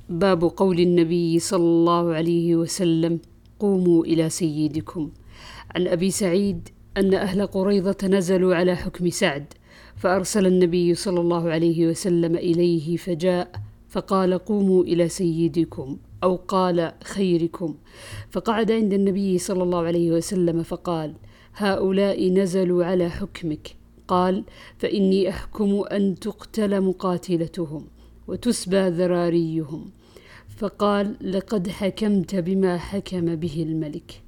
باب قول النبي صلى الله عليه وسلم: قوموا إلى سيدكم. عن أبي سعيد أن أهل قريظة نزلوا على حكم سعد، فأرسل النبي صلى الله عليه وسلم إليه فجاء فقال: قوموا إلى سيدكم، أو قال: خيركم. فقعد عند النبي صلى الله عليه وسلم فقال: هؤلاء نزلوا على حكمك. قال: فإني أحكم أن تقتل مقاتلتهم وتسبى ذراريهم. فقال: لقد حكمت بما حكم به الملك.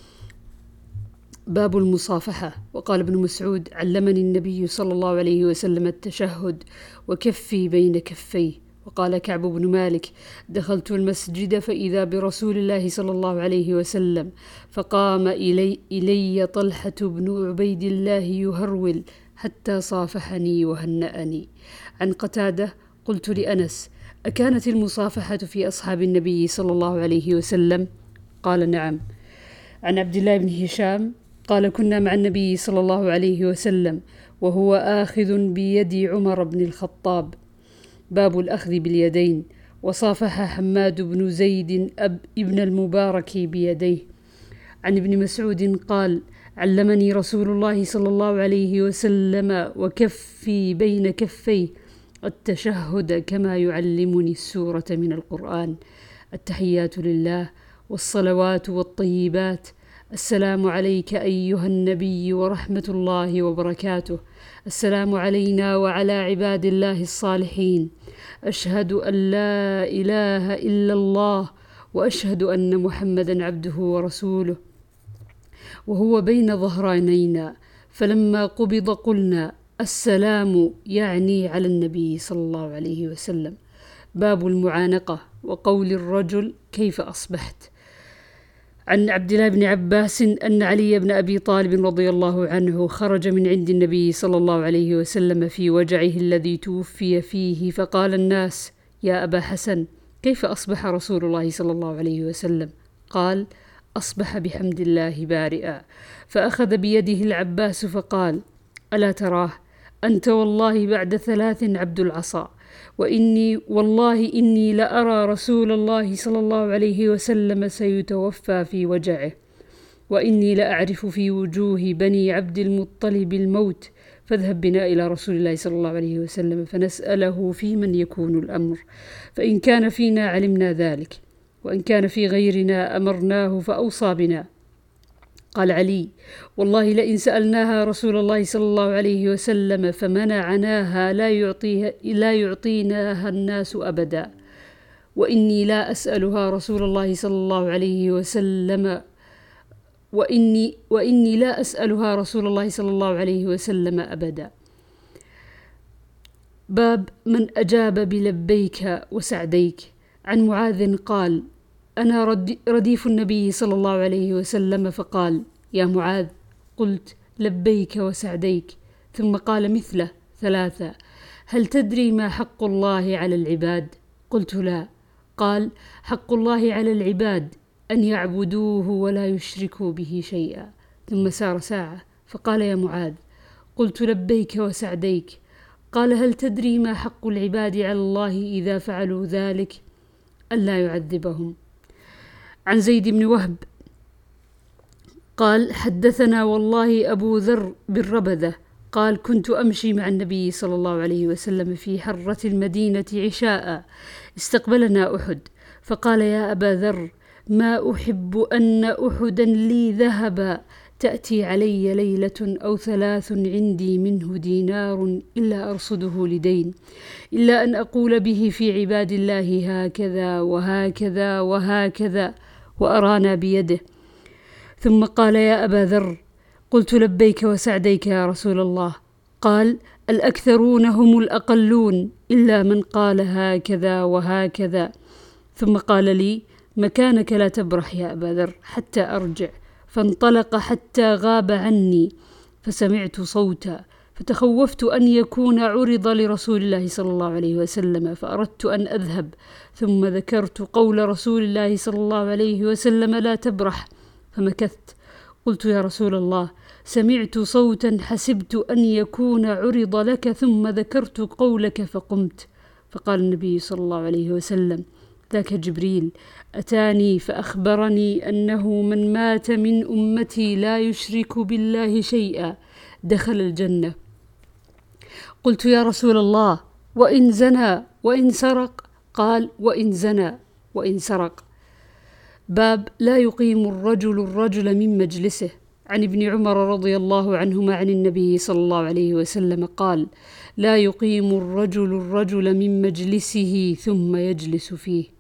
باب المصافحة. وقال ابن مسعود: علمني النبي صلى الله عليه وسلم التشهد وكفي بين كفيه. وقال كعب بن مالك: دخلت المسجد فإذا برسول الله صلى الله عليه وسلم، فقام إلي طلحة بن عبيد الله يهرول حتى صافحني وهنأني. عن قتادة: قلت لأنس: أكانت المصافحة في أصحاب النبي صلى الله عليه وسلم؟ قال: نعم. عن عبد الله بن هشام قال: كنا مع النبي صلى الله عليه وسلم وهو آخذ بيد عمر بن الخطاب. باب الأخذ باليدين. وصافح حماد بن زيد ابن المبارك بيديه. عن ابن مسعود قال: علمني رسول الله صلى الله عليه وسلم وكفي بين كفيه التشهد كما يعلمني السورة من القرآن. التحيات لله والصلوات والطيبات. السلام عليك أيها النبي ورحمة الله وبركاته. السلام علينا وعلى عباد الله الصالحين. أشهد أن لا إله إلا الله وأشهد أن محمدا عبده ورسوله. وهو بين ظهرانينا، فلما قبض قلنا: السلام، يعني على النبي صلى الله عليه وسلم. باب المعانقة. وقول الرجل: كيف أصبحت؟ عن عبد الله بن عباس أن علي بن أبي طالب رضي الله عنه خرج من عند النبي صلى الله عليه وسلم في وجعه الذي توفي فيه، فقال الناس: يا أبا حسن، كيف أصبح رسول الله صلى الله عليه وسلم؟ قال: أصبح بحمد الله بارئا. فأخذ بيده العباس فقال: ألا تراه؟ أنت والله بعد 3 عبد العصا، وإني والله إني لأرى رسول الله صلى الله عليه وسلم سيتوفى في وجعه، وإني لأعرف في وجوه بني عبد المطلب الموت، فاذهب بنا إلى رسول الله صلى الله عليه وسلم فنسأله في من يكون الأمر، فإن كان فينا علمنا ذلك، وإن كان في غيرنا أمرناه فأوصى بنا. قال علي: والله لئن سألناها رسول الله صلى الله عليه وسلم فمنعناها لا يعطيناها الناس أبدا، وإني لا أسألها رسول الله صلى الله عليه وسلم وإني لا أسألها رسول الله صلى الله عليه وسلم أبدا. باب من أجاب بلبيك وسعديك. عن معاذ قال: أنا رديف النبي صلى الله عليه وسلم، فقال: يا معاذ. قلت: لبيك وسعديك. ثم قال مثله 3: هل تدري ما حق الله على العباد؟ قلت: لا. قال: حق الله على العباد أن يعبدوه ولا يشركوا به شيئا. ثم سار ساعة فقال: يا معاذ. قلت: لبيك وسعديك. قال: هل تدري ما حق العباد على الله إذا فعلوا ذلك؟ ألا يعذبهم. عن زيد بن وهب قال: حدثنا والله أبو ذر بالربذة قال: كنت أمشي مع النبي صلى الله عليه وسلم في حرة المدينة عشاء، استقبلنا أحد، فقال: يا أبا ذر، ما أحب أن أحدا لي ذهب تأتي علي ليلة أو 3 عندي منه دينار إلا أرصده لدين، إلا أن أقول به في عباد الله هكذا وهكذا وهكذا، وأرانا بيده. ثم قال: يا أبا ذر. قلت: لبيك وسعديك يا رسول الله. قال: الأكثرون هم الأقلون إلا من قال هكذا وهكذا. ثم قال لي: مكانك لا تبرح يا أبا ذر حتى أرجع. فانطلق حتى غاب عني، فسمعت صوتا، فتخوفت أن يكون عرض لرسول الله صلى الله عليه وسلم، فأردت أن أذهب، ثم ذكرت قول رسول الله صلى الله عليه وسلم: لا تبرح، فمكثت. قلت: يا رسول الله، سمعت صوتا حسبت أن يكون عرض لك، ثم ذكرت قولك فقمت. فقال النبي صلى الله عليه وسلم: ذاك جبريل أتاني فأخبرني أنه من مات من أمتي لا يشرك بالله شيئا دخل الجنة. قلت يا رسول الله وإن زنى وإن سرق؟ قال وإن زنى وإن سرق. باب لا يقيم الرجل من مجلسه. عن ابن عمر رضي الله عنهما عن النبي صلى الله عليه وسلم قال لا يقيم الرجل من مجلسه ثم يجلس فيه.